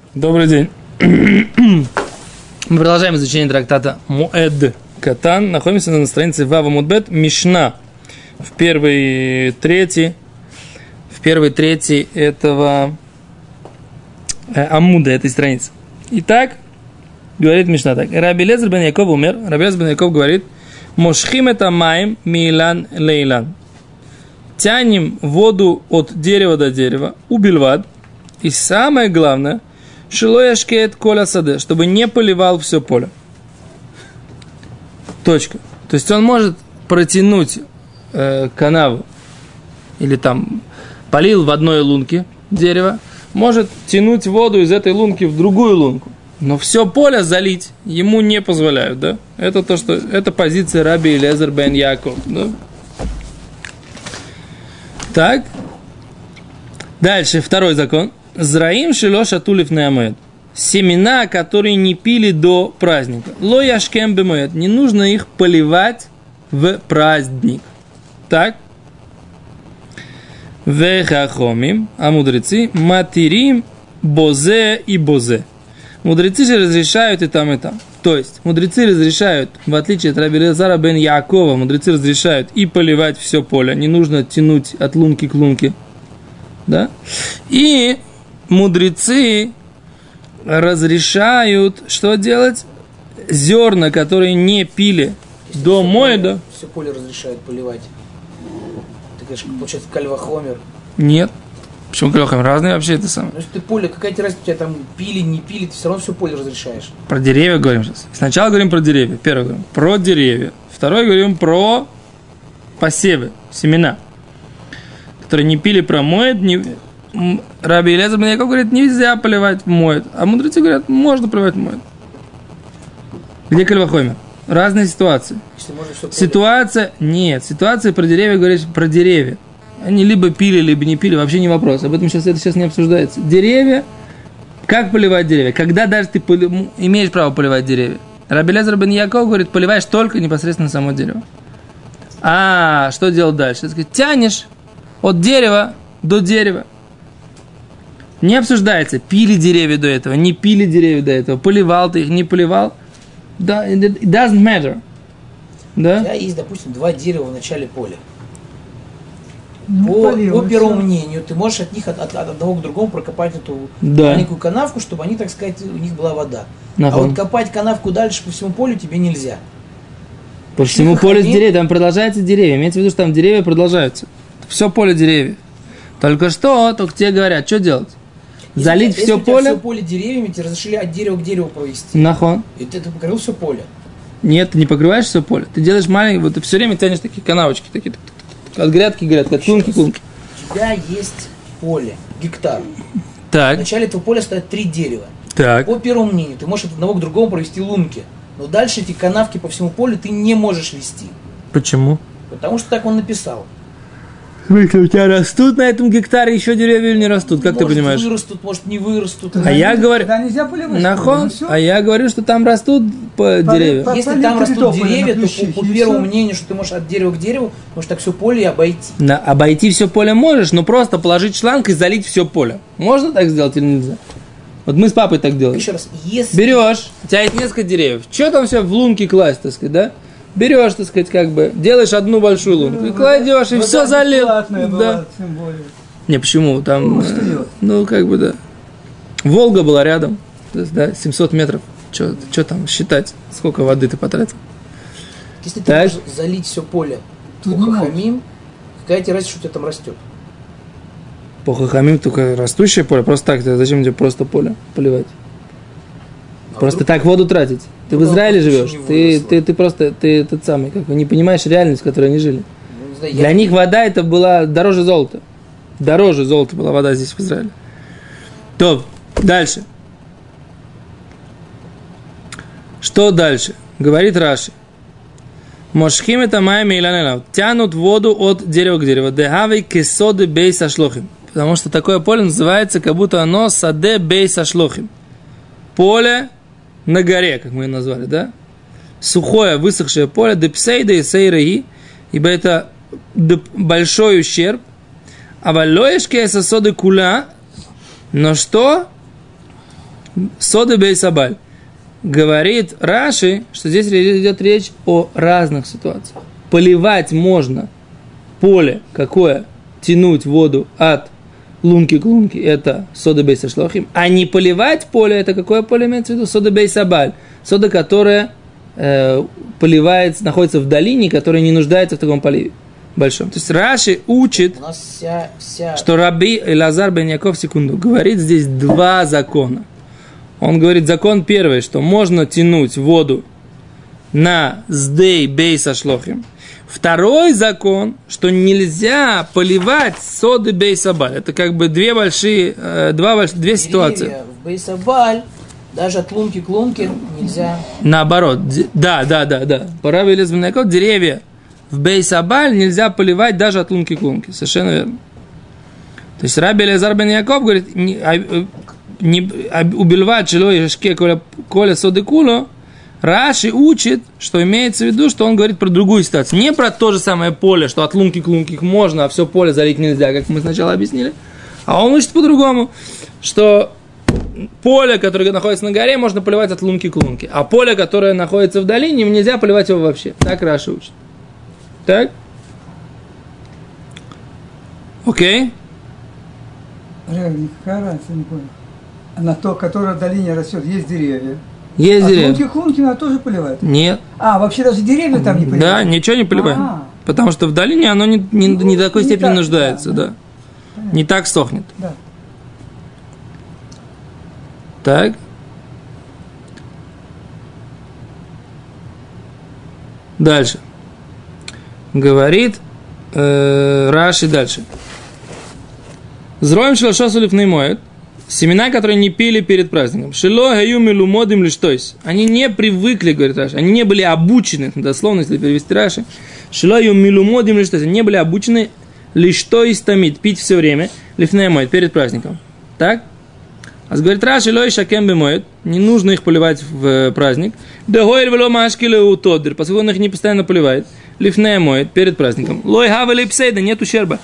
Добрый день. Мы продолжаем изучение трактата Моэд Катан. Находимся на странице Вава Мудбет, Мишна. В первой трети этого Амуда, этой страницы. Итак, говорит Мишна так. Раби Элиэзер бен Яков умер. Раби Элиэзер бен Яков говорит: Мошхим это маим меилан лейлан. Тянем воду от дерева до дерева, убильвад. И самое главное, шилояшкет коля саде, чтобы не поливал все поле. Точка. То есть он может протянуть канаву, или там полил в одной лунке дерево, может тянуть воду из этой лунки в другую лунку, но все поле залить ему не позволяют, да? Это то, что это позиция Раби Элиэзер бен Яков, да? Так. Дальше второй закон. Зраим шело шатулев неамоэд. Семена, которые не пили до праздника. Ло яшкем бемоэд. Не нужно их поливать в праздник. Так. Вехахомим. А мудрецы матирим бозе и бозе. Мудрецы же разрешают и там, и там. То есть, мудрецы разрешают, в отличие от Раби Элиэзера бен Якова, мудрецы разрешают и поливать все поле. Не нужно тянуть от лунки к лунке. Да? И мудрецы разрешают, что делать? Зерна, которые не пили до моэда. Все поле разрешают поливать. Ты говоришь, получается, кальвахомер. Нет. Почему кальвахомер? Разные вообще это самое. Ну, если ты поле, какая-то разница, у тебя там пили, не пили, ты все равно все поле разрешаешь. Про деревья говорим сейчас. Сначала говорим про деревья. Первый говорим про деревья. Второй говорим про посевы, семена, которые не пили про моэд, Раби Элиэзер бен Яков говорит, нельзя поливать в моэд. А мудрецы говорят, можно поливать в моэд. Где кальвахомер? Разные ситуации. Ситуация про деревья говорит про деревья. Они либо пили, либо не пили, вообще не вопрос. Об этом это сейчас не обсуждается. Деревья, как поливать деревья? Когда даже ты имеешь право поливать деревья? Раби Элиэзер бен Яков говорит, поливаешь только непосредственно само дерево. А что делать дальше? Ты сказать, тянешь от дерева до дерева. Не обсуждается, пили деревья до этого, не пили деревья до этого, поливал ты их, не поливал. Да, it doesn't matter. Да? У тебя есть, допустим, два дерева в начале поля. По первому мнению, ты можешь от них от одного к другому прокопать эту маленькую канавку, чтобы они, так сказать, у них была вода. А вот копать канавку дальше по всему полю тебе нельзя. По всему полю деревья, там продолжаются деревья. Имеется в виду, что там деревья продолжаются. Все поле деревьев. Только тебе говорят, что делать? Залить если все поле? Все поле деревьями, тебе разрешили от дерева к дереву провести. Нахон. И ты покрыл все поле. Нет, ты не покрываешь все поле. Ты делаешь маленькие, вот ты все время тянешь такие канавочки, такие, от грядки, от клунки. У тебя есть поле, гектар. Так. В начале этого поля стоят 3 дерева. Так. По первому мнению, ты можешь от одного к другому провести лунки. Но дальше эти канавки по всему полю ты не можешь вести. Почему? Потому что так он написал. У тебя растут на этом гектаре еще деревья или не растут? Как может, ты понимаешь? Вырастут, может, не вырастут. Я говорю, нельзя поливать. а я говорю, что там растут деревья. Если там растут деревья, то по первому мнению, что ты можешь от дерева к дереву, можешь так все поле и обойти. Обойти все поле можешь, но просто положить шланг и залить все поле. Можно так сделать или нельзя? Вот мы с папой так делаем. Еще раз, если... Берешь, у тебя есть несколько деревьев. Что там все в лунки класть, так сказать, да? Берешь, так сказать, делаешь одну большую лунку и кладешь, и все залил. Да. Не, почему? Там, да. Волга была рядом, то есть, да, 700 метров. Что там считать, сколько воды ты потратил? Если ты можешь залить все поле по хахамим, какая тебе разница, что у тебя там растет? По хахамим только растущее поле, просто так, зачем тебе просто поле поливать? Просто так воду тратить. Ты в Израиле живешь, ты просто, ты тот самый, не понимаешь реальность, в которой они жили. Для них вода это была дороже золота. Дороже золота была вода здесь в Израиле. То, дальше. Что дальше? Говорит Раши. Мошхим это майми иланелав. Тянут воду от дерева к дереву. Дехавей кесоды бей сашлохим. Потому что такое поле называется, как будто оно саде бей сашлохим. Поле на горе, как мы ее назвали, да? Сухое, высохшее поле, депсейда и сейраи, ибо это большой ущерб. А валоешке сосоды куля, но что? Сода бейсабаль. Говорит Раши, что здесь идет речь о разных ситуациях. Поливать можно поле какое? Тянуть воду от лунки к лунке, это сода бейсашлохим. А не поливать поле, это какое поле имеется в виду? Сода бейсабаль. Сода, которая поливается, находится в долине, которая не нуждается в таком поливе большом. То есть Раши учит, что Раби Элазар бен Яков, секунду, говорит здесь два закона. Он говорит, закон первый, что можно тянуть воду на сдей бейса шлохим. Второй закон, что нельзя поливать соды бейсабаль. Это как бы две ситуации. В бейсабаль даже от лунки к лунке нельзя. Наоборот, да. По Раби Элазар бен Яков деревья в бейсабаль нельзя поливать даже от лунки к лунке. Совершенно верно. То есть Раби Элазар бен Яков говорит, убивать жило и жешке коля соды куло. Раши учит, что имеется в виду, что он говорит про другую ситуацию. Не про то же самое поле, что от лунки к лунке можно, а все поле залить нельзя, как мы сначала объяснили. А он учит по-другому, что поле, которое находится на горе, можно поливать от лунки к лунке. А поле, которое находится в долине, нельзя поливать его вообще. Так Раши учит. Так? Окей? Какая разница, не понял. На то, которое в долине растет, есть деревья. Есть деревья. Лунки к лунке надо тоже поливать? Нет. Вообще даже деревья там не поливают? Да, ничего не поливаем. Потому что в долине оно не до такой степени нуждается, да. Не так сохнет. Да. Так. Дальше. Говорит Раши дальше. Зроем шелшосу лифней моет. Семена, которые не пили перед праздником. Шило гаю милумодим лиштойс. Они не привыкли, говорит Раши. Они не были обучены, дословно, если перевести Раши. Шило гаю милумодим лиштойс. Они не были обучены лиштойс тамид, пить все время. Лифней моет, перед праздником. Так? А говорит Раши, лой шакем бемоет. Не нужно их поливать в праздник. Дегоэль вело машкиле у тоддер. Поскольку он их не постоянно поливает. Лифней моет, перед праздником. Лой хавели псейда, нет ущерба.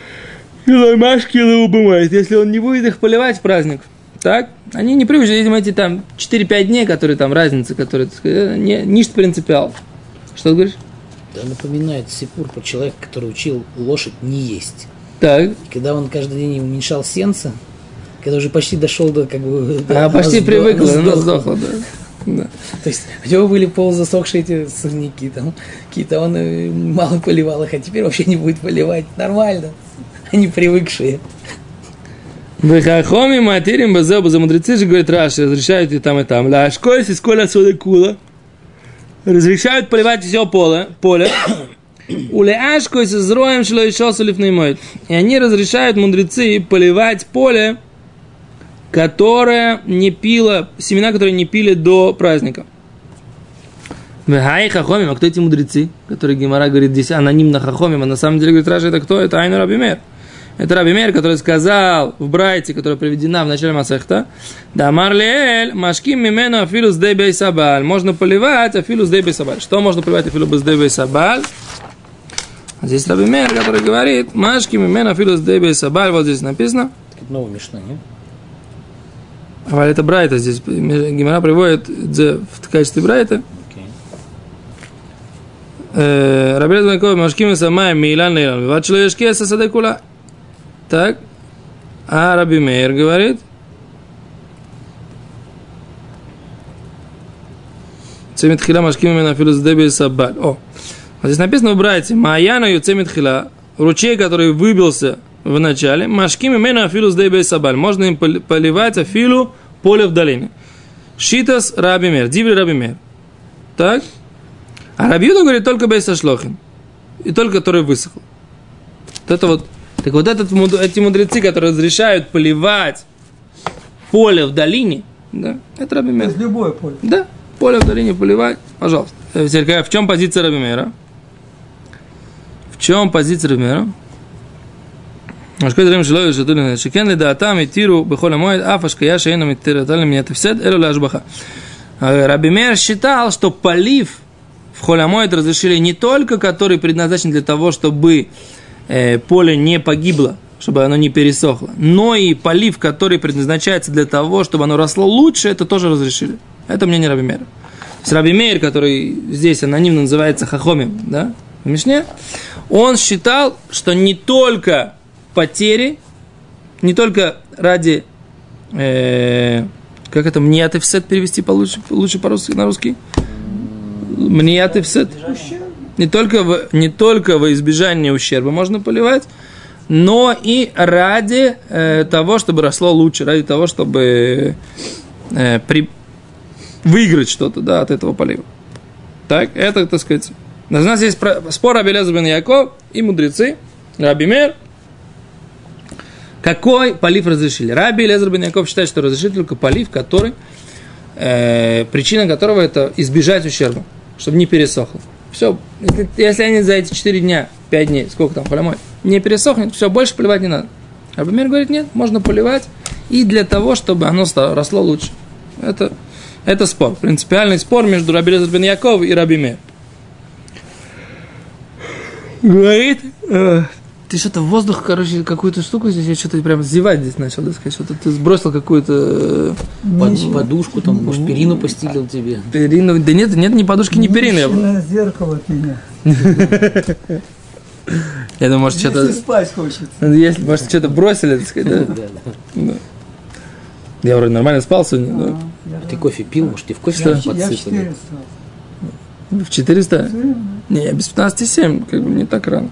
Если он не будет их поливать в праздник, так? Они не привыкли, видимо, эти там 4-5 дней, которые там разница, которые, так сказать, ничто принципиал. Что ты говоришь? Это напоминает сипур про человека, который учил лошадь не есть. Так. И когда он каждый день уменьшал сенца, когда уже почти дошел до как бы... Почти привыкла, она сдохла, да. То есть у него были полузасохшие эти сорняки, там какие-то он мало поливал их, а теперь вообще не будет поливать. Нормально. Они привыкшие. Бехахоми материм базебу. За мудрецы же, говорит Раши, разрешают и там, и там. Лашкойс из коля соды кула. Разрешают поливать все поле. Улеашкойс из роем шло и шосу лифней моет. И они разрешают, мудрецы, поливать поле, которое не пило, семена, которые не пили до праздника. Вехай хахомим, а кто эти мудрецы, которые Гемара говорит здесь анонимно хахомим, а на самом деле, говорит Раши, это кто? Это Айну Раби Меир. Это Раби Меир, который сказал в Брайте, которая приведена в начале Масехта, да марлеэль машким мимену афилу сдей бейсабаль. Можно поливать афилу сдей бейсабаль. Что можно поливать афилу сдей бейсабаль? А здесь Раби Меир, который говорит, машким мимену афилу сдей бейсабаль. Вот здесь написано. Это новая мишна, нет? А это Брайта здесь. Гемара приводит в качестве Брайта. Раби Элазар бен Яков машким самаем милан лейлан. Вот шло ешке сасаде кула. Так. А Раби Меир говорит. Цемит хила машким именно филус деби сабаль. О. Здесь написано в Брайте. Маяна ю цемит хила. Ручей, который выбился в начале. Машким именно филус деби сабаль. Можно им поливать афилу поле в долине. Шитас Раби Меир. Диври Раби Меир. Так. А Раби Юда говорит только бейса шлохин. И только который высохл. Вот это вот. Так вот эти мудрецы, которые разрешают поливать поле в долине, да, это Раби Меир. То есть любое поле. Да, поле в долине поливать, пожалуйста. В чем позиция Раби Меира? В чем позиция Раби Меира? Раби Меир считал, что полив в холямоид разрешили не только, который предназначен для того, чтобы поле не погибло чтобы оно не пересохло. Но и полив, который предназначается для того, чтобы оно росло лучше, это тоже разрешили. Это мнение Раби Мейра. Раби Мейр, который здесь анонимно называется Хахомим, да, в Мишне, он считал, что не только потери, не только ради, как это, мният эфсет перевести лучше по-русски, на русский? Мният эфсет. Не только во избежание ущерба можно поливать, но и ради того, чтобы росло лучше, ради того, чтобы выиграть что-то, да, от этого полива. Так, это, так сказать... У нас есть спор Раби Элиэзер бен Яаков и мудрецы, Раби Мейр. Какой полив разрешили? Раби Элиэзер бен Яаков считает, что разрешили только полив, который, причина которого это избежать ущерба, чтобы не пересохло. Все, если они за эти 4 дня, 5 дней, сколько там полимой, не пересохнет, все, больше поливать не надо. Раби Мейр говорит, нет, можно поливать и для того, чтобы оно росло лучше. Это спор, принципиальный спор между Раби Элиэзер бен Яаков и Раби Мейр. Говорит, ты что-то в воздух, короче, какую-то штуку здесь, я что-то прям зевать здесь начал, да, сказать, что-то ты сбросил какую-то... Подушку, там, может, перину постелил тебе. Перину, да нет, ни подушки, ни перины. Зеркало от меня. Я думаю, может, что-то... Если спать хочется. Если, может, что-то бросили, так сказать, да. Я вроде нормально спал сегодня, да. Ты кофе пил, может, тебе в кофе подсыпали? Я в 4 стал. В 400? Не, я без 15,7, как бы не так рано.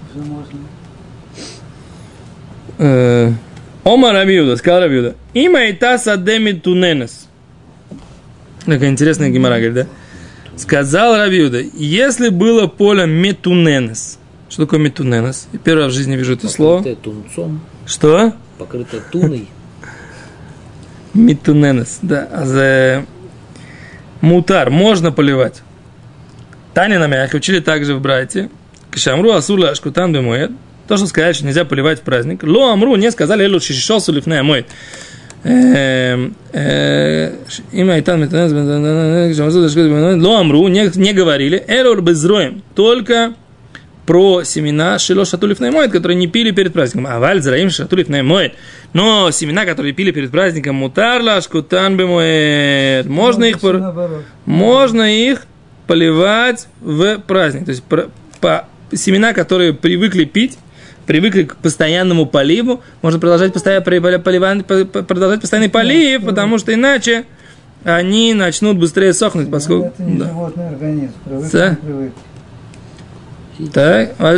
Ома Раби Юда, сказал Раби Юда, има итаса деми туненес. Такая интересная гемара, говорит, да? Сказал Раби Юда, если было поле метуненес. Что такое метуненес? Я первый раз в жизни вижу это слово. Покрытое тунцом. Что? Покрытое туной. Метуненес, да. А за мутар можно поливать. Таня на мягко учили также в брате. Кшамру асула ашкутан бемоед. То, что сказали, что нельзя поливать в праздник. Ло амру не сказали, элу шишишол сулифнея мой. Имя айтан метуненес. Ло амру не говорили. Элу безроем. Только про семена шило шатулиф наимоид, которые не пили перед праздником. А валь зраим шатулиф наимоид. Но семена, которые пили перед праздником, мутарла шкутан бемоид. Можно их поливать в праздник. То есть семена, которые привыкли пить, привыкли к постоянному поливу, можно продолжать постоянный полив, потому что иначе они начнут быстрее сохнуть, поскольку... Это не животный организм, привык. Так, но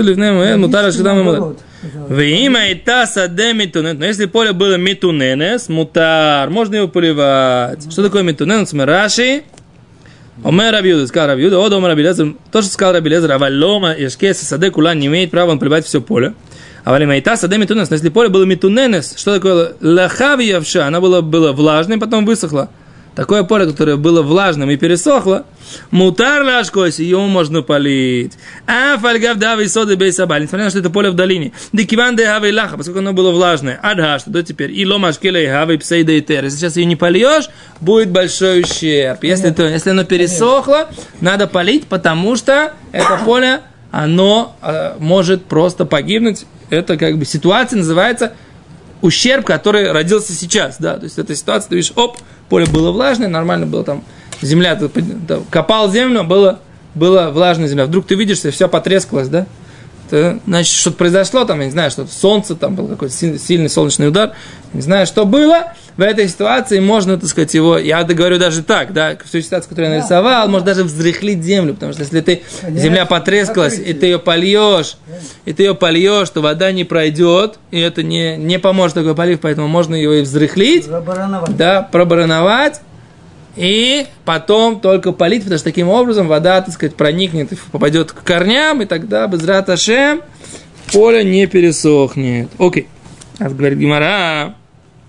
если поле было метуненес, мутар, можно его поливать. Что такое метуненес? Раши, Омер Раби Юда, сказал Раби Юда, Омер Раби Элиэзер, то, что сказал Раби Элиэзер, авалома, ешкес, саде, кулан, не имеет права он поливать все поле. Авалимайта, саде, метуненес, но если поле было метуненес, что такое лахави явша, оно было влажным, потом высохло. Такое поле, которое было влажным и пересохло, мутар ляшкоси, его можно полить. А фальгав дави соды бей сабаль, несмотря на что это поле в долине. Декиван де хавей лаха, поскольку оно было влажное. Адха, что до теперь. И ломашкелей хавей псей де тер. Если сейчас ее не польешь, будет большой ущерб. Если оно пересохло, надо полить, потому что это поле, оно может просто погибнуть. Это как бы ситуация называется ущерб, который родился сейчас, да, то есть эта ситуация, ты видишь, поле было влажное, нормально было там, земля, ты копал землю, была влажная земля, вдруг ты видишь, что все потрескалось, да, это, значит, что-то произошло, там, я не знаю, что-то, солнце, там был какой-то сильный солнечный удар, не знаю, что было, в этой ситуации можно, так сказать, его, я говорю даже так, да, всю ситуацию, которую я нарисовал, можно даже взрыхлить землю, потому что если земля потрескалась, и ты ее польешь, то вода не пройдет, и это не поможет такой полив, поэтому можно его и взрыхлить, пробароновать, и потом только полить, потому что таким образом вода, так сказать, проникнет и попадет к корням, и тогда безрат Ашем поле не пересохнет. Окей. Говорит Гемара.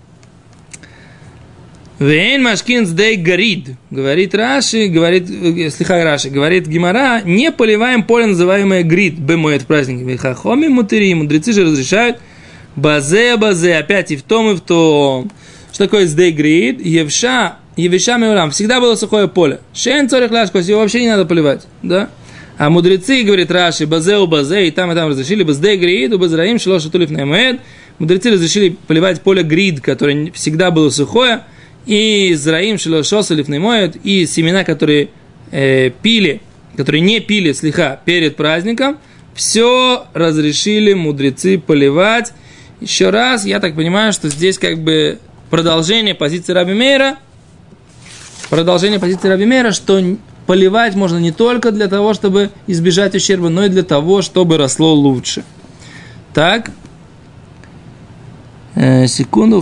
Вейн машкин сдей горид. Говорит Гемара, не поливаем поле, называемое грид, бемоет в празднике. Вейхахоми мутери, мудрецы же разрешают базе, опять и в том, и в том. Что такое сдей грид? Евша меурам. Всегда было сухое поле. Шен цорих ляшкос, его вообще не надо поливать. Да? А мудрецы, говорит Раши, базе, и там разрешили, баздей грид, у базраим, шило шатулив наймед, мудрецы разрешили поливать поле грид, которое всегда было сухое, и зраим шелошос или фнеймоет, и семена, которые пили, которые не пили слиха перед праздником, все разрешили мудрецы поливать. Еще раз, я так понимаю, что здесь как бы продолжение позиции Раби Мейра, что поливать можно не только для того, чтобы избежать ущерба, но и для того, чтобы росло лучше. Так. Секунду.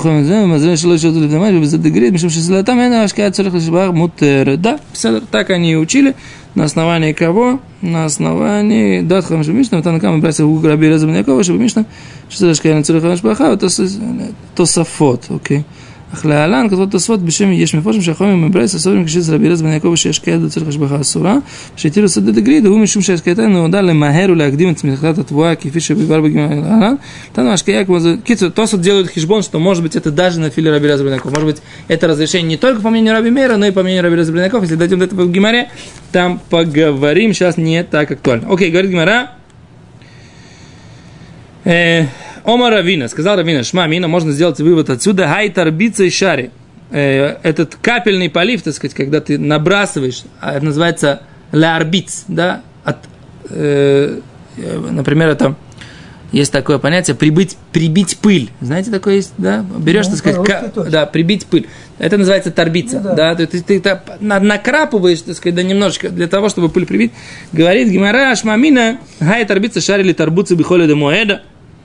Да, так они и учили. На основании кого? На основании Дат Хамиш Бамишна, там накам браться у Раби Элиэзер бен Яаков, Бамишна, что это шкаля Цурих Хамиш Баха, это Тосафот, окей. להלן כתוב תוספות בשם יש מפורשים שהחומר מברייס הסוברים כשזה רבי אלעזר בן יעקב שהשקעה לצורך השבחה אסורה שהתירו שדה גריד הוא משום שהשקעתה נועדה למהר ולהקדים את צמיחת התבואה כפי שבדבר בגמרא להלן там השקעה כמו זה קיצור תוספות делают хешбон что может быть это даже на филе Раби Элиэзер бен Яаков может быть это разрешение не только по мнению Раби Мейра но и по мнению Раби Элиэзер бен Яаков если дойдем до этого в Гемаре там поговорим сейчас не так актуально окей говорит Гемара Ома Равина, сказал Равина, шма мина, можно сделать вывод отсюда, хай тарбица и шари. Этот капельный полив, так сказать, когда ты набрасываешь, это называется лярбиц, да, например, это есть такое понятие прибить пыль. Знаете, такое есть, да? Берешь, так сказать, прибить пыль. Это называется тарбица, да. То есть ты накрапываешь, так сказать, да, немножечко для того, чтобы пыль прибить. Говорит Гемара, шма мина, хай тарбица шари ли тарбуцы бихоли де моэда.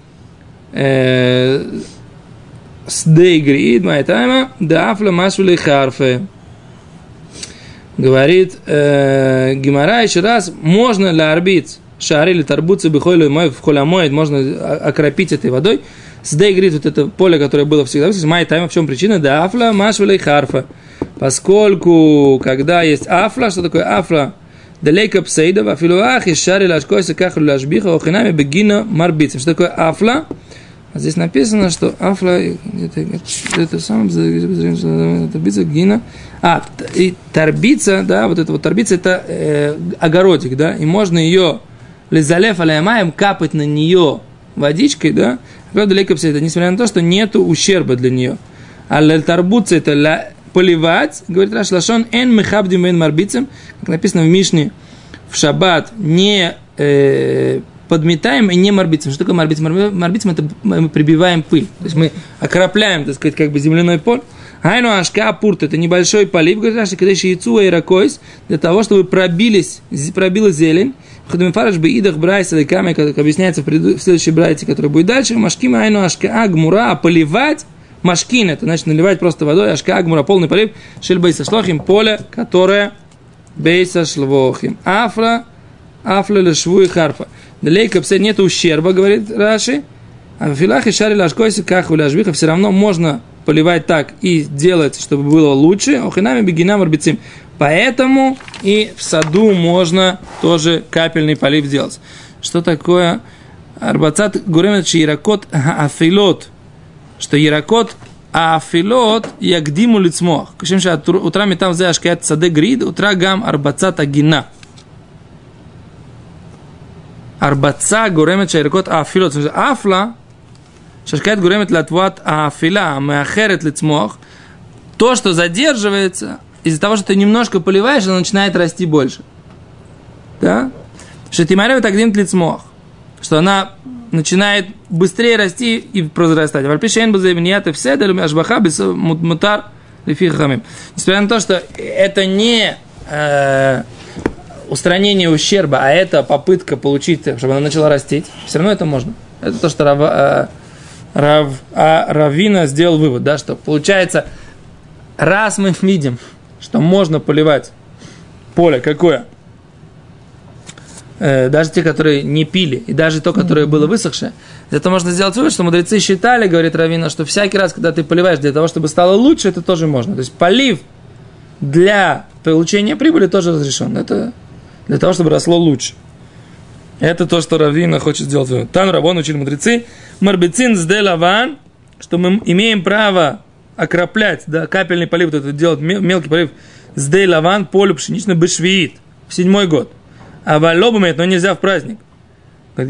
Сдейгрид майтайма дафла машули харфе. Говорит Гемара еще раз, можно ларбиц шари или тарбуцы бихойлу мой в холямоид, можно окропить этой водой. Сдейгрид, вот это поле, которое было всегда, майтайма, в чем причина? Дафла машули харфе. Поскольку, когда есть афла, что такое афла? Далейка псейдова, филуах и шари лашкойся кахлю лашбиха, охинами бегина марбицем. Что такое афла? А здесь написано, что афла это самое тарбица гина. И тарбица, да, вот это вот тарбица это огородик, да, и можно ее лизалев аляймаем капать на нее водичкой, да. Правда, далейка псейда, несмотря на то, что нету ущерба для нее. А тарбуца это поливать, говорит Раш Лашон, эн мехабдим эн марбицем, как написано в Мишне, в шаббат, не подметаем и не марбицем. Что такое марбицем? Марбицем это мы прибиваем пыль, то есть мы окропляем, так сказать, как бы земляной пол. Айну ашка пурт, это небольшой полив, говорит Раш, когда еще яйцу айракойс, для того, чтобы пробила зелень. Ходомифараш бы идах брайса леками, как объясняется в следующей брайте, которая будет дальше, машкима айну ашка гмура, поливать. Машкин, это значит наливать просто водой, ашка агмура, полный полив, шель бейса шлохим, поле, которое бейса шлохим. Афра лешву и харфа. Далейка псе нет ущерба, говорит Раши, а в филахе шари лашкойся каху ляжбиха, все равно можно поливать так и делать, чтобы было лучше, охинами бегинам арбицим. Поэтому и в саду можно тоже капельный полив делать. Что такое арбацат гуремет ширакот афилот? Что яракот афилот ягдиму лицмох. Кшим ша утрами там зе ашкаят саде грид, утра гам арбацат агина. Арбаца гуремет ширакот афилот. Афла шашкаят гуремет латват афила меахерет лицмох. То, что задерживается, из-за того, что ты немножко поливаешь, оно начинает расти больше. Да? Шатимарев тагдим лицмох. Что она начинает быстрее расти и произрастать. Несмотря на то, что это не устранение ущерба, а это попытка получить, чтобы она начала расти, все равно это можно. Это то, что Равина сделал вывод, да, что получается, раз мы видим, что можно поливать поле какое, даже те, которые не пили, и даже то, которое было высохшее, это можно сделать вывод, что мудрецы считали, говорит Равина, что всякий раз, когда ты поливаешь для того, чтобы стало лучше, это тоже можно. То есть полив для получения прибыли тоже разрешен. Это для того, чтобы росло лучше. Это то, что Равина хочет сделать вывод. Там Рабон учили мудрецы, марбицин сде лаван, что мы имеем право окроплять, да, капельный полив, это делать мелкий полив сде лаван, полю пшеничный бешвиит, в 7-й год. А валобумет, но нельзя в праздник. Мы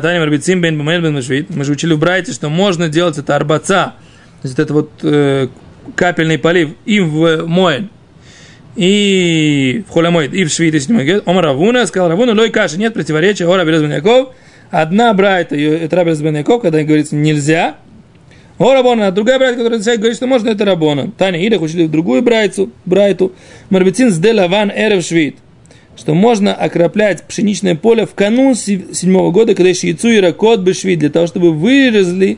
же учили в Брайте, что можно делать это арбаца, то есть это вот капельный полив и в Моэль, и в Холямоид, и в Швид, и в Седьмой год. Омар Равуна, сказал Равуна, лой каши, нет противоречия, о Раби Элиэзер бен Яаков. Одна Брайта, это Раби Элиэзер бен Яаков, когда говорится нельзя. О Рабона, а другая Брайта, которая говорит, что можно, это Рабона. Таня Идах учили в другую Брайту. Марбецин сде лаван эрев Швид. Что можно окроплять пшеничное поле в канун 7-го года, когда еще яйцу и ракот бы швид, для того, чтобы вылезли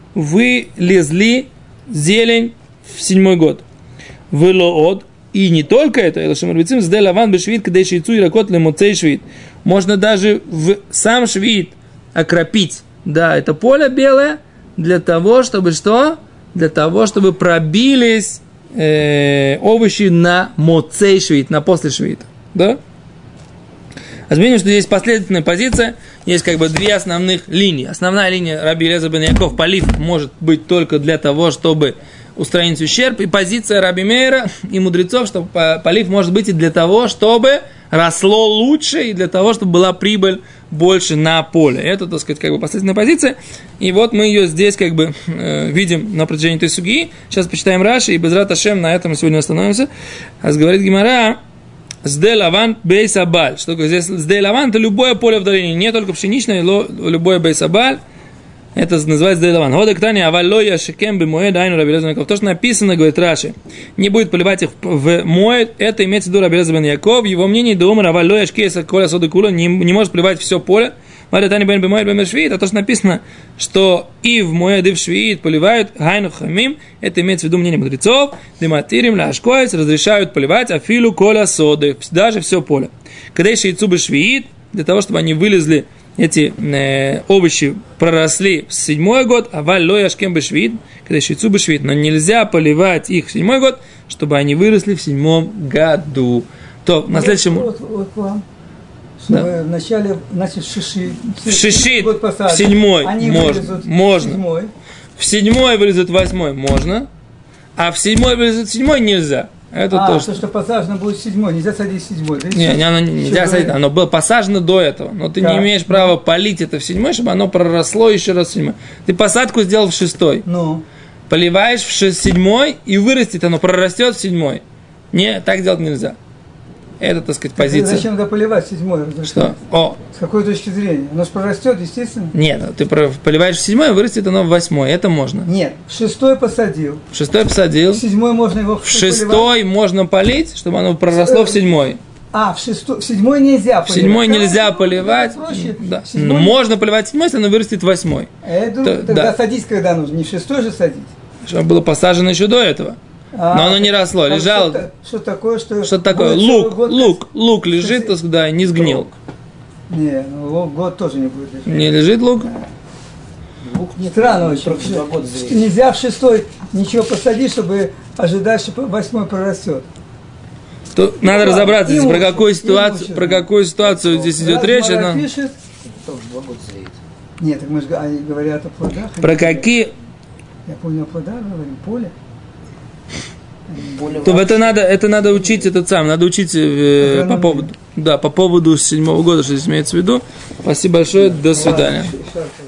зелень в 7-й год. Вылоот. И не только это, это шамарбецим сде лаван бы швид, когда еще яйцу и ракот лемоцей швид. Можно даже в сам швид окропить, да, это поле белое, для того, чтобы что? Для того, чтобы пробились овощи на моцей швид, на после швида, да? Разумеется, что здесь последовательная позиция, есть как бы две основных линии. Основная линия Раби Элиэзер бен Яаков, полив может быть только для того, чтобы устранить ущерб, и позиция Раби Мейра и мудрецов, что полив может быть и для того, чтобы росло лучше, и для того, чтобы была прибыль больше на поле. Это, так сказать, как бы последовательная позиция, и вот мы ее здесь как бы видим на протяжении этой суги. Сейчас почитаем Раши, и Безрат Ашем на этом мы сегодня остановимся. Говорит Гемара, сде лаван бейсабаль. Что такое здесь сде лаван? Это любое поле в долине, не только пшеничное, любое бейсабаль. Это называется сде лаван. Вот эктани аваллоя шекем бемоэд айну Раби Элиэзер бен Яаков. То, что написано, говорит Раши, не будет поливать их в моэд, это имеется в виду Раби Элиэзер бен Яаков. Его мнение, доумер аваллоя шкеса коля соды кула, не может поливать все поле. А то, что написано, что и в моэд, и в швиит поливают гайну хамим, это имеется в виду мнение мудрецов, дематирим ляшкоец разрешают поливать афилу коля соды, даже все поле. Когда еще яйцу бы швиит, для того, чтобы они вылезли, эти овощи проросли в 7-й год, а валлой ашкем бы швиит, когда еще яйцу бы швиит, но нельзя поливать их в 7-й год, чтобы они выросли в 7-м году. То на следующем... Вот вам. Да. В начале, значит, шишит. В 7-й можно. В 7-й вылезут в 8-й можно, а в 7-й вылезут в 7-й нельзя. Это то, что посажено будет в 7-й, нельзя садить в 7-й. Да? Нельзя садить, оно было посажено до этого, но ты не имеешь права полить это в 7-й, чтобы оно проросло еще раз в 7-й. Ты посадку сделал в 6-й, поливаешь в 7-й и вырастет, оно прорастет в 7-й. Не, так делать нельзя. Это, так сказать, позиция. Зачем тогда поливать 7-й? Что? С какой точки зрения? Оно же прорастет, естественно. Нет, ты поливаешь в 7-й, вырастет оно в 8-й. Это можно. Нет, в 6-й посадил. В 6-й посадил. В 7-й можно его в 6-й можно полить, чтобы оно проросло в 7-й. В 7-й нельзя поливать. В 7-й нельзя поливать. Да. Можно поливать в 7-й, если оно вырастет в 8-й. Тогда садить когда нужно? Не в 6-й же садить. Чтобы было посажено еще до этого. Но оно не росло, лежало. Что такое? Что такое? Лук лежит, да, не сгнил. Не, год тоже не будет лежать. Не лежит лук? Лук нет. Странно очень. Нельзя в 6-й ничего посадить, чтобы ожидать, что 8-й прорастет. Тут надо разобраться, здесь, про какую ситуацию здесь идет речь. Нет, так мы же говорят о плодах. Про какие? Я помню, о плодах говорим, поле. То это надо учить надо учить по поводу 7-го года, что здесь имеется в виду. Спасибо большое, до свидания.